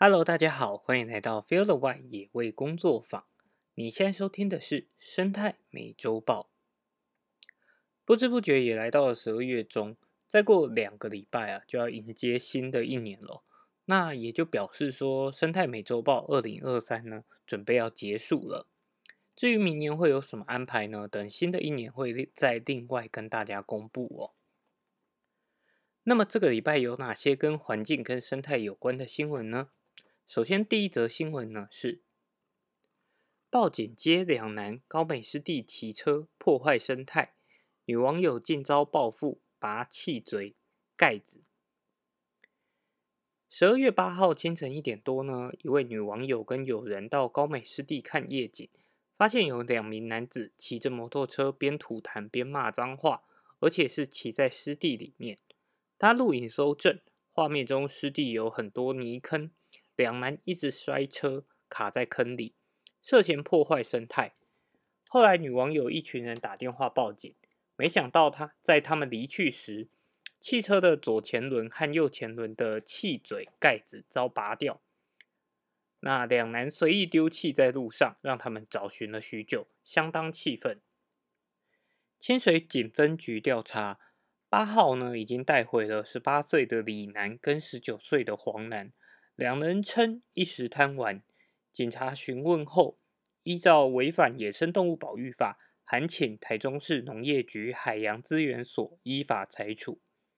Hello，大家好，欢迎来到 Feel the White 野味工作坊。你现在收听的是生态美洲豹。不知不觉也来到了12月中，再过2个礼拜就要迎接新的一年了。那也就表示说，生态美洲豹2023呢，准备要结束了。至于明年会有什么安排呢？等新的一年会再另外跟大家公布哦。那么这个礼拜有哪些跟环境跟生态有关的新闻呢？首先，第一则新闻呢是报警接两男高美湿地骑车破坏生态，女网友竟遭报复拔气嘴盖子。12月8号清晨1点多呢，一位女网友跟友人到高美湿地看夜景，发现有2名男子骑着摩托车边吐痰边骂脏话，而且是骑在湿地里面。他录影搜证，画面中湿地有很多泥坑，两男一直摔车卡在坑里，涉嫌破坏生态。后来女网友一群人打电话报警，没想到在他们离去时，汽车的左前轮和右前轮的气嘴盖子遭拔掉。那两男随意丢弃在路上，让他们找寻了许久，相当气愤。清水警分局调查，8号呢已经带回了18岁的李男跟19岁的黄男，两人称一时贪玩。警察询问后，依照违反野生动物保育法，函请台中市农业局海洋资源所依法裁处。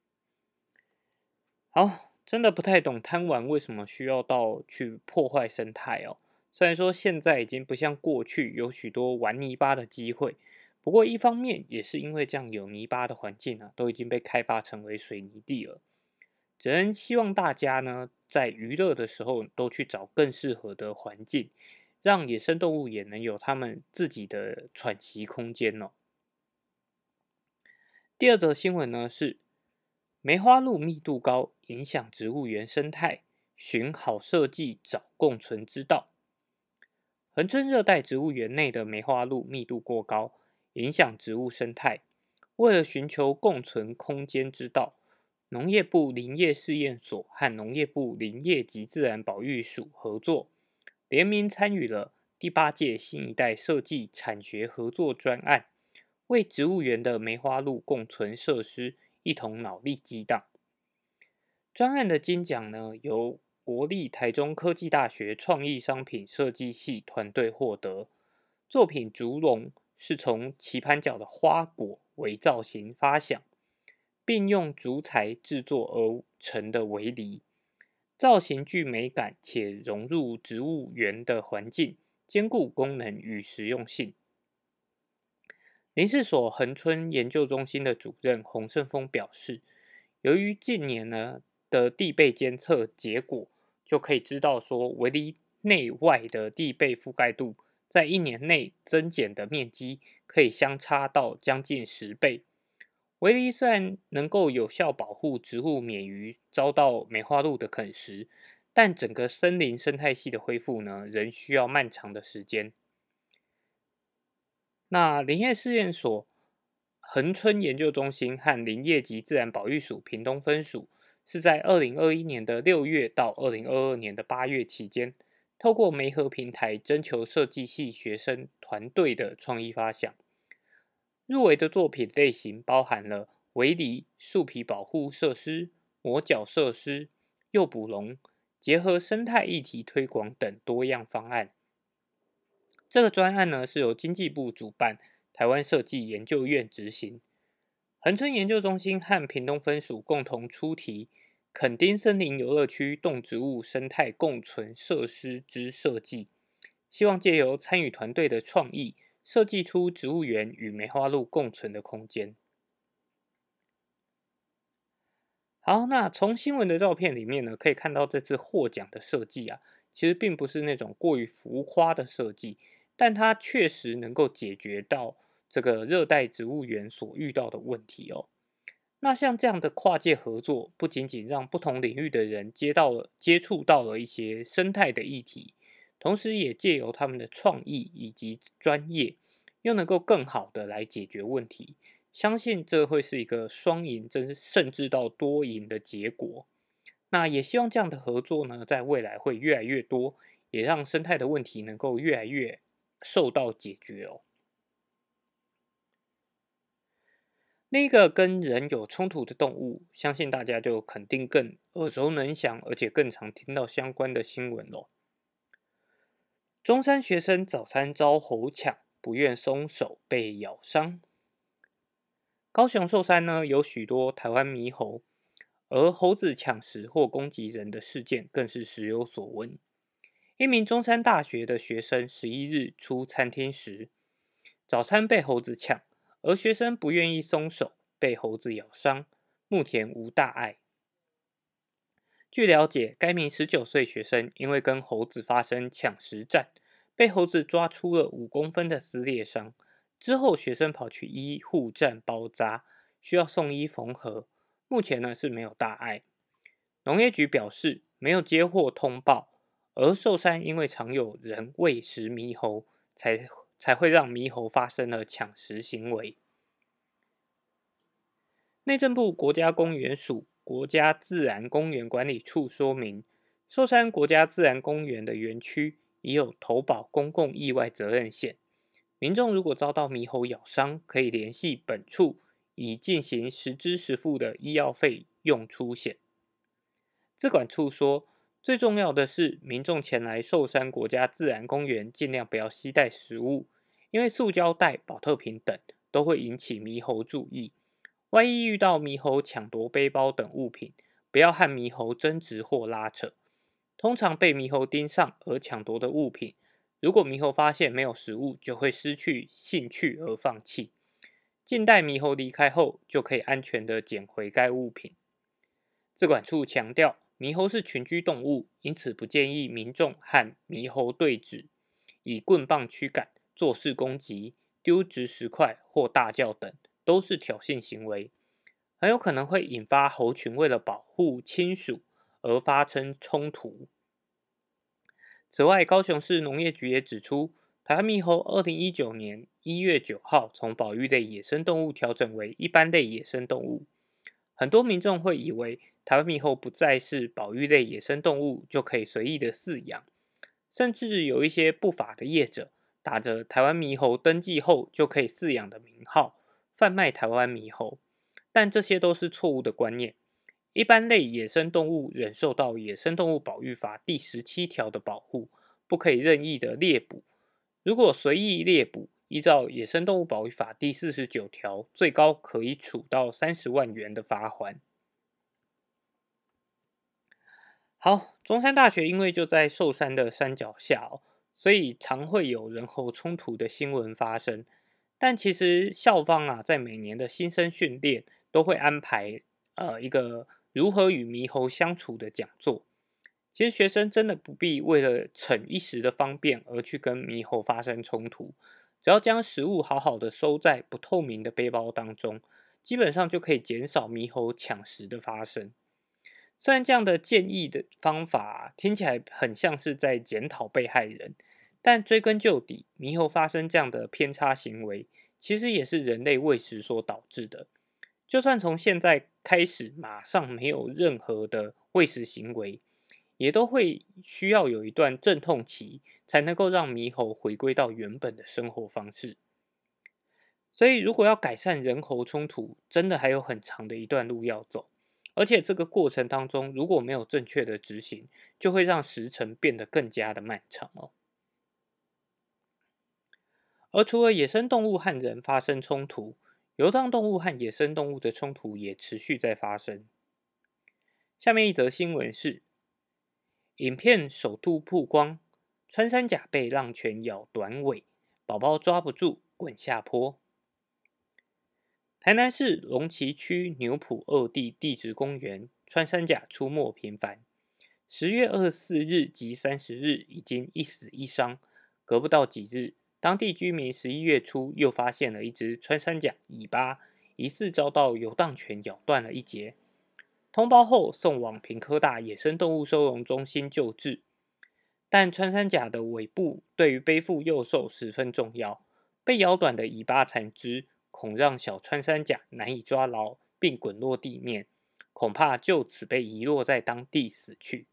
好，真的不太懂贪玩为什么需要到去破坏生态哦。虽然说现在已经不像过去有许多玩泥巴的机会，不过一方面也是因为这样有泥巴的环境都已经被开发成为水泥地了。只能希望大家呢在娱乐的时候都去找更适合的环境，让野生动物也能有它们自己的喘息空间哦。第二则新闻呢是梅花鹿密度高，影响植物园生态，寻好设计找共存之道。恒春热带植物园内的梅花鹿密度过高，影响植物生态。为了寻求共存空间之道，农业部林业试验所和农业部林业及自然保育署合作，联名参与了第8届新一代设计产学合作专案，为植物园的梅花鹿共存设施一同脑力激荡。专案的金奖呢，由国立台中科技大学创意商品设计系团队获得。作品竹笼是从棋盘角的花果为造型发想，并用竹材制作而成的围篱，造型具美感且融入植物园的环境，兼顾功能与实用性。林试所恒春研究中心的主任洪胜峰表示，由于近年的地被监测结果，就可以知道说围篱内外的地被覆盖度在1年内增减的面积可以相差到将近10倍。围篱虽然能够有效保护植物免于遭到梅花鹿的啃食，但整个森林生态系的恢复呢，仍需要漫长的时间。那林业试验所恒春研究中心和林业及自然保育署屏东分署是在2021年的6月到2022年的8月期间，透过媒合平台征求设计系学生团队的创意发想。入围的作品类型包含了围篱、树皮保护设施、磨角设施、诱捕笼、结合生态议题推广等多样方案。这个专案呢是由经济部主办，台湾设计研究院执行。恒春研究中心和屏东分署共同出题，垦丁森林游乐区动植物生态共存设施之设计，希望借由参与团队的创意，设计出植物园与梅花鹿共存的空间。好，那从新闻的照片里面呢，可以看到这次获奖的设计其实并不是那种过于浮夸的设计，但它确实能够解决到这个热带植物园所遇到的问题哦。那像这样的跨界合作，不仅仅让不同领域的人接触到了一些生态的议题，同时也借由他们的创意以及专业，又能够更好的来解决问题。相信这会是一个双赢，甚至到多赢的结果。 那也希望这样的合作呢，在未来会越来越多，也让生态的问题能够越来越受到解决哦。另一个跟人有冲突的动物，相信大家就肯定更耳熟能详，而且更常听到相关的新闻咯。中山学生早餐遭猴抢，不愿松手被咬伤。高雄寿山呢，有许多台湾猕猴，而猴子抢食或攻击人的事件更是时有所闻。一名中山大学的学生11日出餐厅时，早餐被猴子抢，而学生不愿意松手，被猴子咬伤，目前无大碍。据了解，该名19岁学生因为跟猴子发生抢食战，被猴子抓出了5公分的撕裂伤。之后，学生跑去医护站包扎，需要送医缝合，目前呢是没有大碍。农业局表示，没有接获通报，而寿山因为常有人喂食猕猴，才会让猕猴发生了抢食行为。内政部国家公园署国家自然公园管理处说明，寿山国家自然公园的园区已有投保公共意外责任险，民众如果遭到猕猴咬伤，可以联系本处，以进行实支实付的医药费用出险。资管处说，最重要的是民众前来寿山国家自然公园尽量不要携带食物，因为塑胶袋、保特瓶等都会引起猕猴注意。万一遇到猕猴抢夺背包等物品，不要和猕猴争执或拉扯。通常被猕猴盯上而抢夺的物品，如果猕猴发现没有食物，就会失去兴趣而放弃。静待猕猴离开后，就可以安全地捡回该物品。资管处强调，猕猴是群居动物，因此不建议民众和猕猴对峙，以棍棒驱赶、做事攻击、丢掷石块或大叫等，都是挑衅行为，很有可能会引发猴群为了保护亲属而发生冲突。此外，高雄市农业局也指出，台湾猕猴2019年1月9号从保育类野生动物调整为一般类野生动物。很多民众会以为台湾猕猴不再是保育类野生动物，就可以随意的饲养，甚至有一些不法的业者打着台湾猕猴登记后就可以饲养的名号，贩卖台湾猕猴，但这些都是错误的观念。一般类野生动物仍受到《野生动物保育法》第17条的保护，不可以任意的猎捕。如果随意猎捕，依照《野生动物保育法》第49条，最高可以处到30万元的罚锾。好，中山大学因为就在寿山的山脚下所以常会有人猴冲突的新闻发生。但其实校方在每年的新生训练都会安排一个如何与猕猴相处的讲座。其实学生真的不必为了逞一时的方便而去跟猕猴发生冲突，只要将食物好好的收在不透明的背包当中，基本上就可以减少猕猴抢食的发生。虽然这样的建议的方法听起来很像是在检讨被害人，但追根究底，猕猴发生这样的偏差行为，其实也是人类喂食所导致的。就算从现在开始马上没有任何的喂食行为，也都会需要有一段阵痛期，才能够让猕猴回归到原本的生活方式。所以如果要改善人猴冲突，真的还有很长的一段路要走。而且这个过程当中，如果没有正确的执行，就会让时程变得更加的漫长而除了野生动物和人发生冲突，游荡动物和野生动物的冲突也持续在发生。下面一则新闻是：影片首度曝光，穿山甲被浪犬咬短尾，宝宝抓不住，滚下坡。台南市龙崎区牛埔二地地质公园，穿山甲出没频繁。10月24日及30日已经一死一伤，隔不到几日，当地居民11月初又发现了一只穿山甲尾巴，疑似遭到游荡犬咬断了一截。通报后送往屏科大野生动物收容中心救治。但穿山甲的尾部对于背负幼兽十分重要，被咬短的尾巴残肢恐让小穿山甲难以抓牢并滚落地面， 恐怕就此被遗落在当地死去。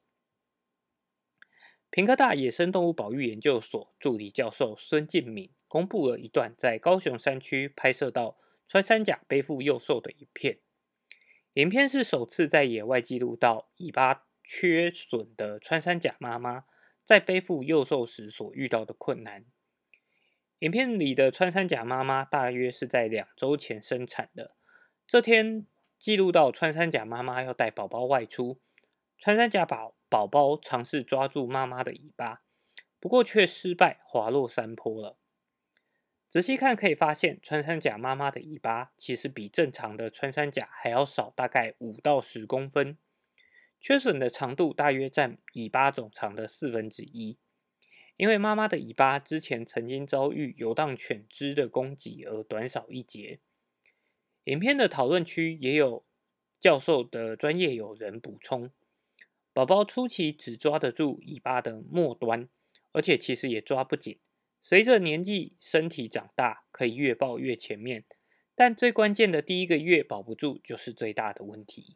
屏科大野生动物保育研究所助理教授孙敬敏公布了一段在高雄山区拍摄到穿山甲背负幼兽的影片。影片是首次在野外记录到尾巴缺损的穿山甲妈妈在背负幼兽时所遇到的困难。影片里的穿山甲妈妈大约是在2周前生产的。这天记录到穿山甲妈妈要带宝宝外出，穿山甲宝宝尝试抓住妈妈的尾巴，不过却失败滑落山坡了。仔细看可以发现，穿山甲妈妈的尾巴其实比正常的穿山甲还要少，大概5到10公分，缺损的长度大约占尾巴总长的1/4。因为妈妈的尾巴之前曾经遭遇游荡犬只的攻击而短少1节。影片的讨论区也有教授的专业友人补充，宝宝初期只抓得住尾巴的末端，而且其实也抓不紧。随着年纪、身体长大，可以越抱越前面，但最关键的第1个月保不住，就是最大的问题。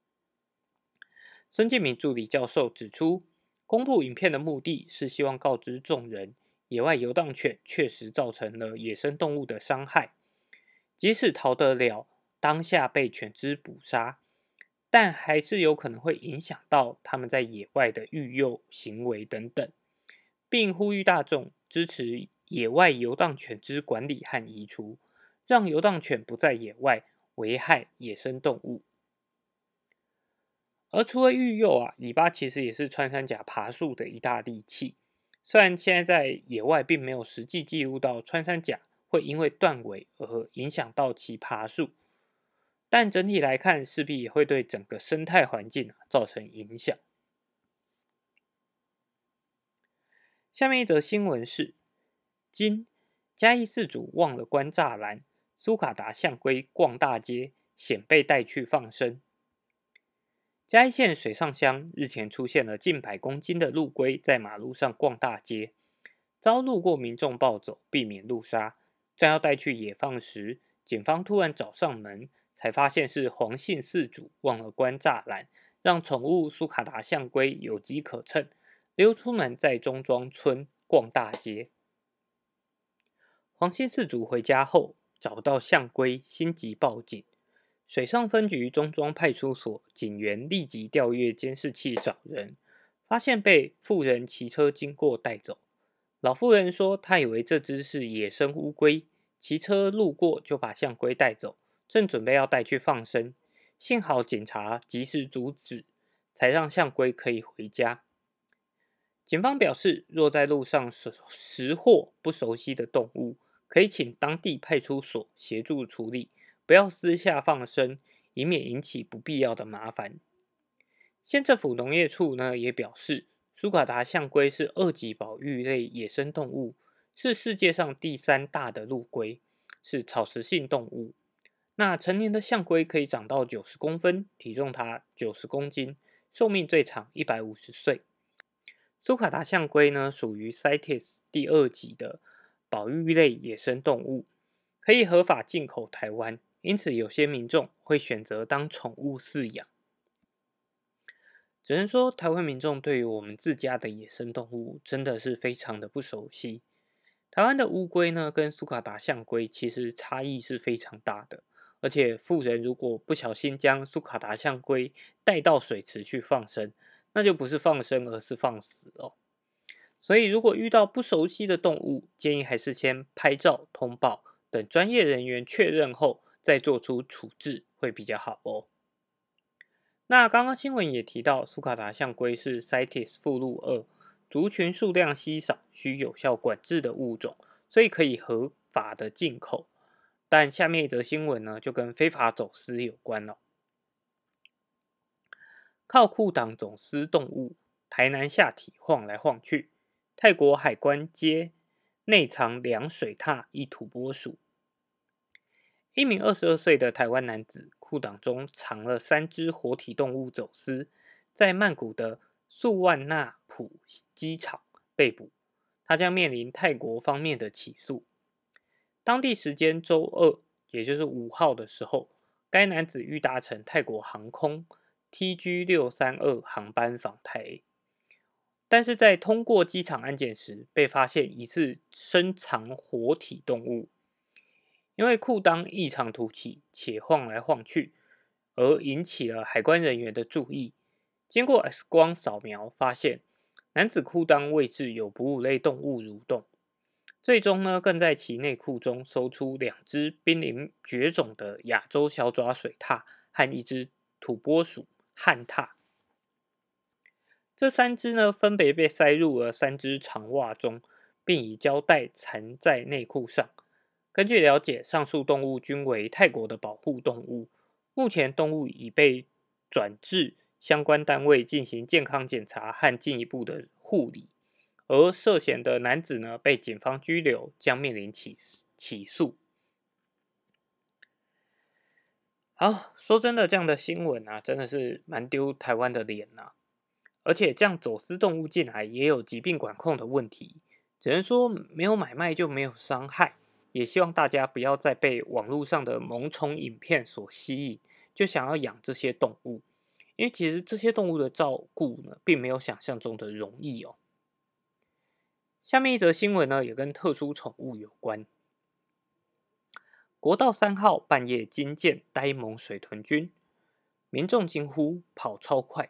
孙建民助理教授指出，公布影片的目的是希望告知众人，野外游荡犬确实造成了野生动物的伤害，即使逃得了当下被犬只捕杀，但还是有可能会影响到他们在野外的育幼行为等等，并呼吁大众支持野外游荡犬只管理和移除，让游荡犬不在野外危害野生动物。而除了育幼尾巴其实也是穿山甲爬树的一大利器。虽然现在在野外并没有实际记录到穿山甲会因为断尾而影响到其爬树，但整体来看势必也会对整个生态环境造成影响。下面一则新闻是：今嘉义饲主忘了关栅栏，苏卡达象龟逛大街，险被带去放生。嘉义县水上乡日前出现了近100公斤的陆龟在马路上逛大街，遭路过民众抱走，避免路杀。正要带去野放时，警方突然找上门，才发现是黄姓饲主忘了关栅栏，让宠物苏卡达象龟有机可乘，溜出门在中庄村逛大街。黄姓饲主回家后找不到象龟，心急报警。水上分局中庄派出所警员立即调阅监视器找人，发现被妇人骑车经过带走。老妇人说，她以为这只是野生乌龟，骑车路过就把象龟带走，正准备要带去放生。幸好警察及时阻止，才让象龟可以回家。警方表示，若在路上拾获不熟悉的动物，可以请当地派出所协助处理，不要私下放生，以免引起不必要的麻烦。县政府农业处呢也表示，苏卡达象龟是2级保育类野生动物，是世界上第3大的陆龟，是草食性动物。那成年的象龟可以长到90公分，体重达90公斤，寿命最长150岁。苏卡达象龟呢属于 CITES 第2级的保育类野生动物，可以合法进口台湾，因此有些民众会选择当宠物饲养。只能说台湾民众对于我们自家的野生动物真的是非常的不熟悉。台湾的乌龟呢跟苏卡达象龟其实差异是非常大的，而且妇人如果不小心将苏卡达象龟带到水池去放生，那就不是放生而是放死哦。所以如果遇到不熟悉的动物，建议还是先拍照通报，等专业人员确认后再做出处置会比较好哦。那刚刚新闻也提到，苏卡达象龟是 CITES 附录2族群数量稀少、需有效管制的物种，所以可以合法的进口。但下面一则新闻呢，就跟非法走私有关了。靠裤裆走私动物，台南下体晃来晃去，泰国海关接内藏2水獭一土拨鼠。一名22岁的台湾男子裤裆中藏了3只活体动物走私，在曼谷的素万那普机场被捕，他将面临泰国方面的起诉。当地时间周2，也就是5号的时候， 该男子欲搭乘泰国航空 TG632航班访台，但是在通过机场安检时，被发现疑似深藏活体动物，因为裤裆异常凸起且晃来晃去，而引起了海关人员的注意。经过 X 光扫描，发现男子裤裆位置有哺乳类动物蠕动，最终呢，更在其内裤中搜出2只濒临绝种的亚洲小爪水獭和1只土拨鼠旱獭。这3只呢，分别被塞入了3只长袜中，并以胶带缠在内裤上。根据了解，上述动物均为泰国的保护动物，目前动物已被转至相关单位进行健康检查和进一步的护理。而涉嫌的男子呢，被警方拘留，将面临起诉。好，说真的，这样的新闻啊，真的是蛮丢台湾的脸啊。而且这样走私动物进来，也有疾病管控的问题。只能说没有买卖就没有伤害。也希望大家不要再被网络上的萌宠影片所吸引，就想要养这些动物。因为其实这些动物的照顾呢，并没有想象中的容易哦。下面一则新闻呢，也跟特殊宠物有关。国道3号半夜惊见呆萌水豚君，民众惊呼跑超快。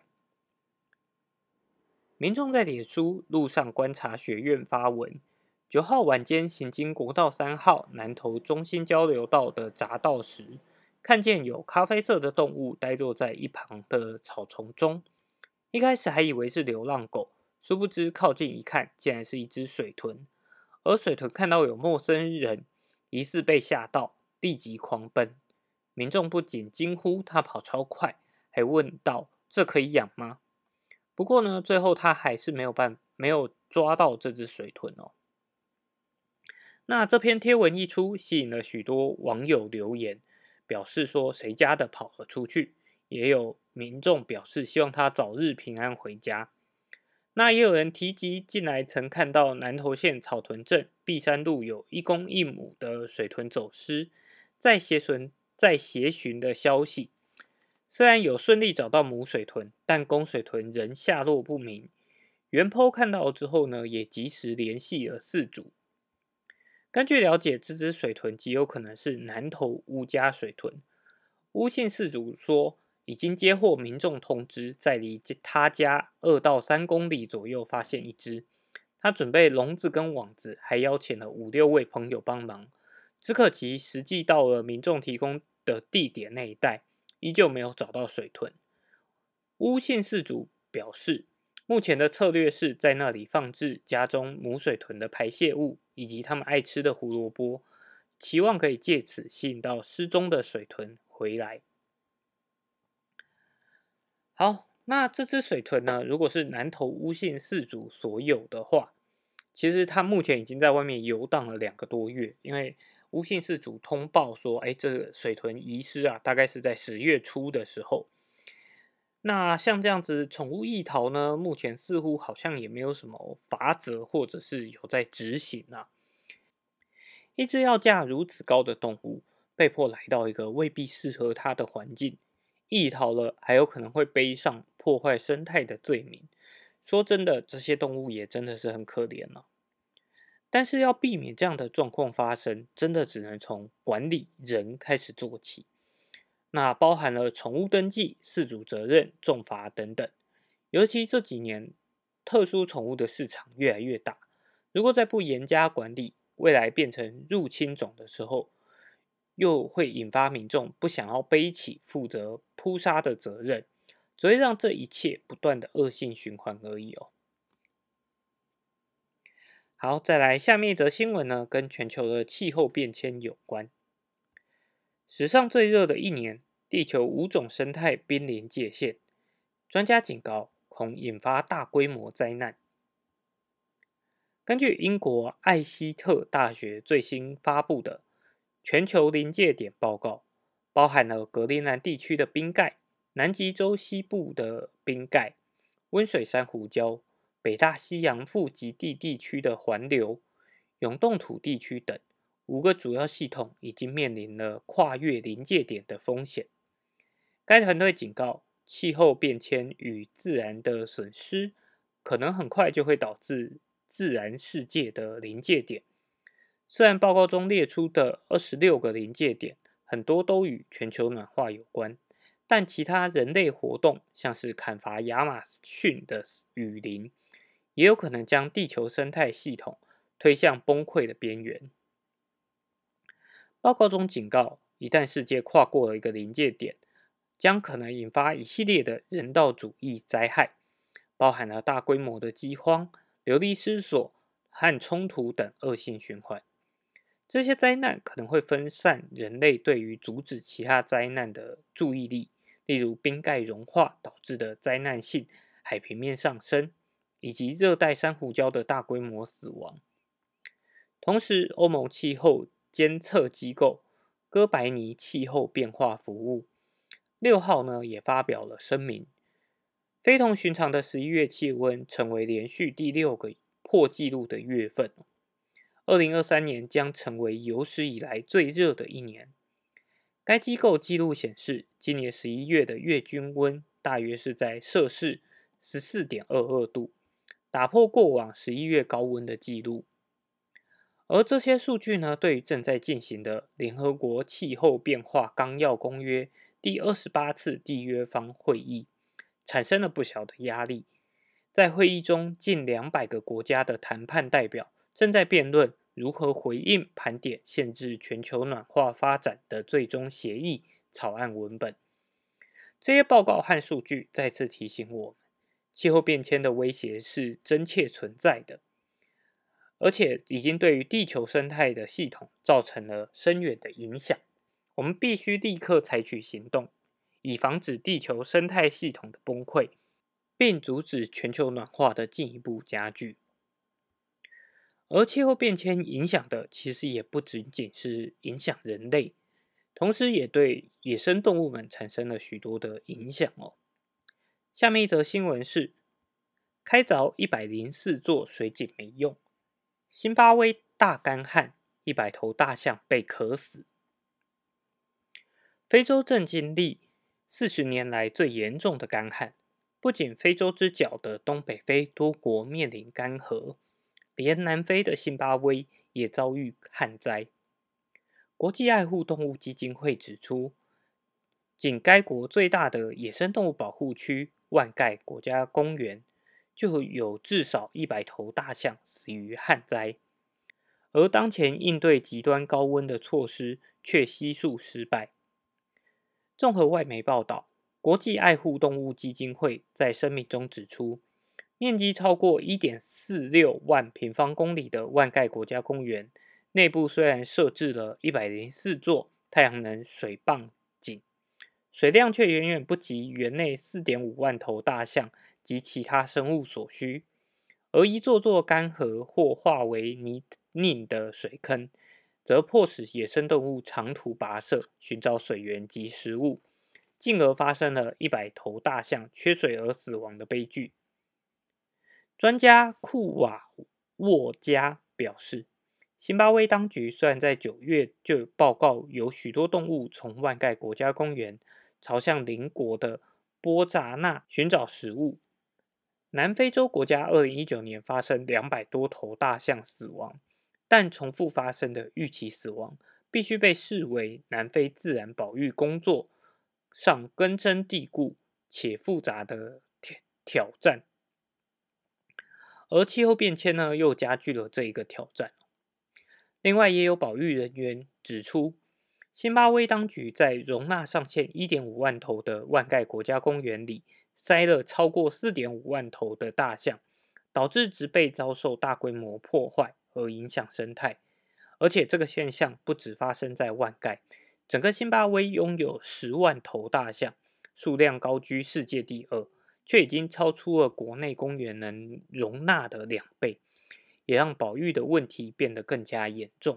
民众在脸书路上观察学院发文，9号晚间行经国道3号南投中心交流道的匝道时，看见有咖啡色的动物呆坐在一旁的草丛中。一开始还以为是流浪狗，殊不知靠近一看，竟然是一只水豚。而水豚看到有陌生人，疑似被吓到，立即狂奔。民众不仅惊呼它跑超快，还问道：“这可以养吗？”不过呢，最后他还是没有抓到这只水豚哦。那这篇贴文一出，吸引了许多网友留言，表示说谁家的跑了出去，也有民众表示希望他早日平安回家。那也有人提及近来曾看到南投县草屯镇碧山路有1公1母的水豚走失，在协寻的消息。虽然有顺利找到母水豚，但公水豚仍下落不明。原 po 看到之后呢，也及时联系了饲主。根据了解，这只水豚极有可能是南投乌家水豚。乌姓饲主说，已经接获民众通知，在离他家2到3公里左右发现一只。他准备笼子跟网子，还邀请了5、6位朋友帮忙。只可惜实际到了民众提供的地点那一带，依旧没有找到水豚。乌姓饲主表示，目前的策略是在那里放置家中母水豚的排泄物以及它们爱吃的胡萝卜，期望可以借此吸引到失踪的水豚回来。好，那这只水豚呢，如果是南投乌姓饲主所有的话，其实它目前已经在外面游荡了2个多月，因为乌姓饲主通报说，这个水豚遗失啊，大概是在10月初的时候。那像这样子宠物易逃呢，目前似乎好像也没有什么罚则，或者是有在执行啊。一只要价如此高的动物，被迫来到一个未必适合它的环境，易逃了，还有可能会背上破坏生态的罪名。说真的，这些动物也真的是很可怜了。但是要避免这样的状况发生，真的只能从管理人开始做起。那包含了宠物登记、饲主责任、重罚等等。尤其这几年，特殊宠物的市场越来越大，如果再不严加管理，未来变成入侵种的时候，又会引发民众不想要背起负责扑杀的责任，只会让这一切不断的恶性循环而已哦。好，再来下面一则新闻呢，跟全球的气候变迁有关。史上最热的一年，地球5种生态濒临界限，专家警告恐引发大规模灾难。根据英国艾希特大学最新发布的全球临界点报告，包含了格陵兰地区的冰盖、南极洲西部的冰盖、温水珊瑚礁、北大西洋副极地地区的环流、永冻土地区等 5个主要系统已经面临了跨越临界点的风险。该团队警告，气候变迁与自然的损失可能很快就会导致自然世界的临界点。虽然报告中列出的26个临界点很多都与全球暖化有关，但其他人类活动，像是砍伐亚马逊的雨林，也有可能将地球生态系统推向崩溃的边缘。报告中警告，一旦世界跨过了一个临界点，将可能引发一系列的人道主义灾害，包含了大规模的饥荒、流离失所和冲突等恶性循环。这些灾难可能会分散人类对于阻止其他灾难的注意力，例如冰盖融化导致的灾难性海平面上升，以及热带珊瑚礁的大规模死亡。同时，欧盟气候监测机构哥白尼气候变化服务6号呢也发表了声明，非同寻常的11月气温成为连续第6个破纪录的月份。2023年将成为有史以来最热的一年。该机构记录显示，今年11月的月均温大约是在摄氏 14.22 度，打破过往11月高温的记录。而这些数据呢，对于正在进行的联合国气候变化纲要公约第28次缔约方会议产生了不小的压力。在会议中，近200个国家的谈判代表正在辩论如何回应盘点限制全球暖化发展的最终协议草案文本。这些报告和数据再次提醒我们，气候变迁的威胁是真切存在的，而且已经对于地球生态的系统造成了深远的影响。我们必须立刻采取行动，以防止地球生态系统的崩溃，并阻止全球暖化的进一步加剧。而气候变迁影响的其实也不仅仅是影响人类，同时也对野生动物们产生了许多的影响哦。下面一则新闻是：开凿104座水井没用，辛巴威大干旱，100头大象被渴死。非洲正经历40年来最严重的干旱，不仅非洲之角的东北非多国面临干涸，连南非的辛巴威也遭遇旱灾。国际爱护动物基金会指出，仅该国最大的野生动物保护区万盖国家公园，就有至少100头大象死于旱灾。而当前应对极端高温的措施却悉数失败。综合外媒报道，国际爱护动物基金会在声明中指出，面积超过 1.46 万平方公里的万盖国家公园内部虽然设置了104座太阳能水泵井，水量却远远不及园内 4.5 万头大象及其他生物所需。而一座座干涸或化为泥泞的水坑，则迫使野生动物长途跋涉寻找水源及食物，进而发生了100头大象缺水而死亡的悲剧。专家库瓦沃加表示，辛巴威当局虽然在9月就有报告有许多动物从万盖国家公园朝向邻国的波扎纳寻找食物，南非洲国家2019年发生200多头大象死亡，但重复发生的预期死亡必须被视为南非自然保育工作上根深蒂固且复杂的挑战。而气候变迁呢，又加剧了这一个挑战。另外，也有保育人员指出，辛巴威当局在容纳上限 1.5 万头的万盖国家公园里塞了超过 4.5 万头的大象，导致植被遭受大规模破坏而影响生态。而且这个现象不只发生在万盖，整个辛巴威拥有10万头大象，数量高居世界第2，却已经超出了国内公园能容纳的2倍，也让保育的问题变得更加严重。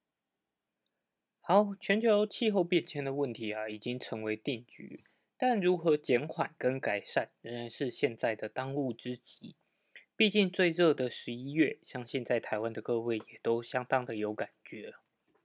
好，全球气候变迁的问题已经成为定局，但如何减缓跟改善仍然是现在的当务之急。毕竟最热的11月，相信在台湾的各位也都相当的有感觉。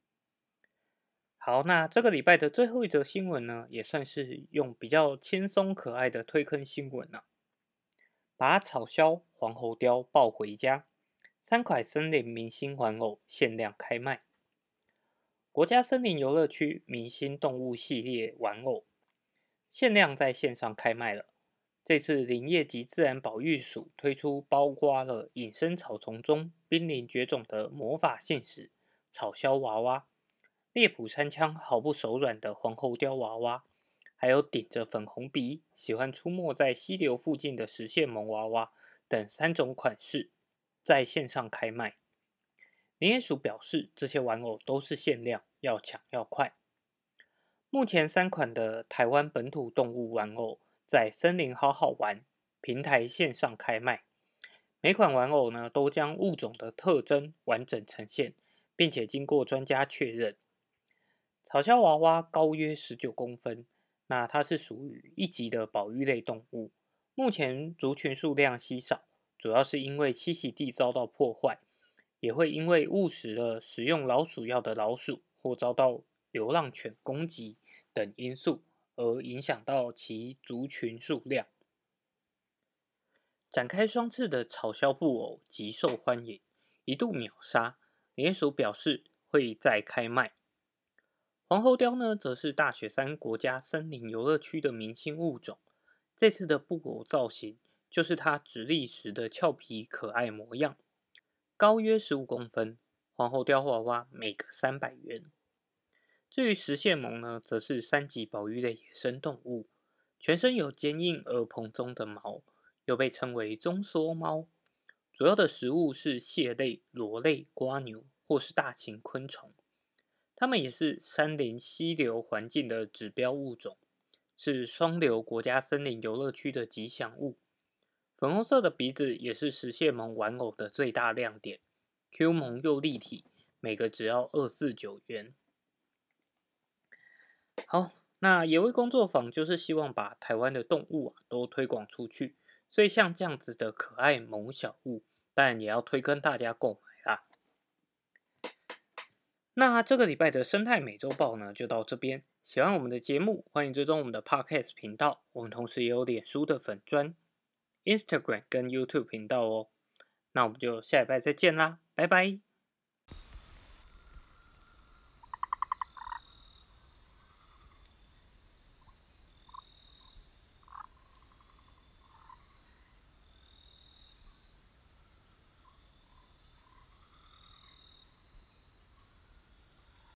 好，那这个礼拜的最后一则新闻呢，也算是用比较轻松可爱的推坑新闻啊，把草鸮、黄喉貂抱回家，3款森林明星玩偶限量开卖。国家森林游乐区明星动物系列玩偶限量在线上开卖了。这次林业及自然保育署推出包括了隐身草丛中濒临绝种的魔法信使草鸮娃娃、猎捕山枪毫不手软的黄喉貂娃娃，还有顶着粉红鼻、喜欢出没在溪流附近的食蟹獴娃娃等3种款式，在线上开卖。林业署表示，这些玩偶都是限量，要抢要快。目前3款的台湾本土动物玩偶在森林好好玩平台线上开卖，每款玩偶呢都将物种的特征完整呈现，并且经过专家确认。草鸮娃娃高约19公分，那它是属于一级的保育类动物，目前族群数量稀少，主要是因为栖息地遭到破坏，也会因为误食了食用老鼠药的老鼠或遭到流浪犬攻击等因素而影响到其族群数量。展开双翅的草鸮布偶极受欢迎，一度秒杀。联署表示会再开卖。黄喉貂呢，则是大雪山国家森林游乐区的明星物种。这次的布偶造型就是它直立时的俏皮可爱模样，高约15公分。黄喉貂娃娃每个300元。至于食蟹獴呢，则是3级保育类野生动物，全身有坚硬而蓬松的毛，又被称为棕缩猫。主要的食物是蟹类、螺类、蝸牛或是大型昆虫。它们也是山林溪流环境的指标物种，是双流国家森林游乐区的吉祥物。粉红色的鼻子也是食蟹獴玩偶的最大亮点， Q 萌又立体，每个只要249元。好，那野味工作坊就是希望把台湾的动物都推广出去，所以像这样子的可爱萌小物，当然也要推跟大家购买啦。那这个礼拜的生态美洲豹呢，就到这边。喜欢我们的节目，欢迎追踪我们的 Podcast 频道。我们同时也有脸书的粉专、Instagram 跟 YouTube 频道哦。那我们就下礼拜再见啦，拜拜。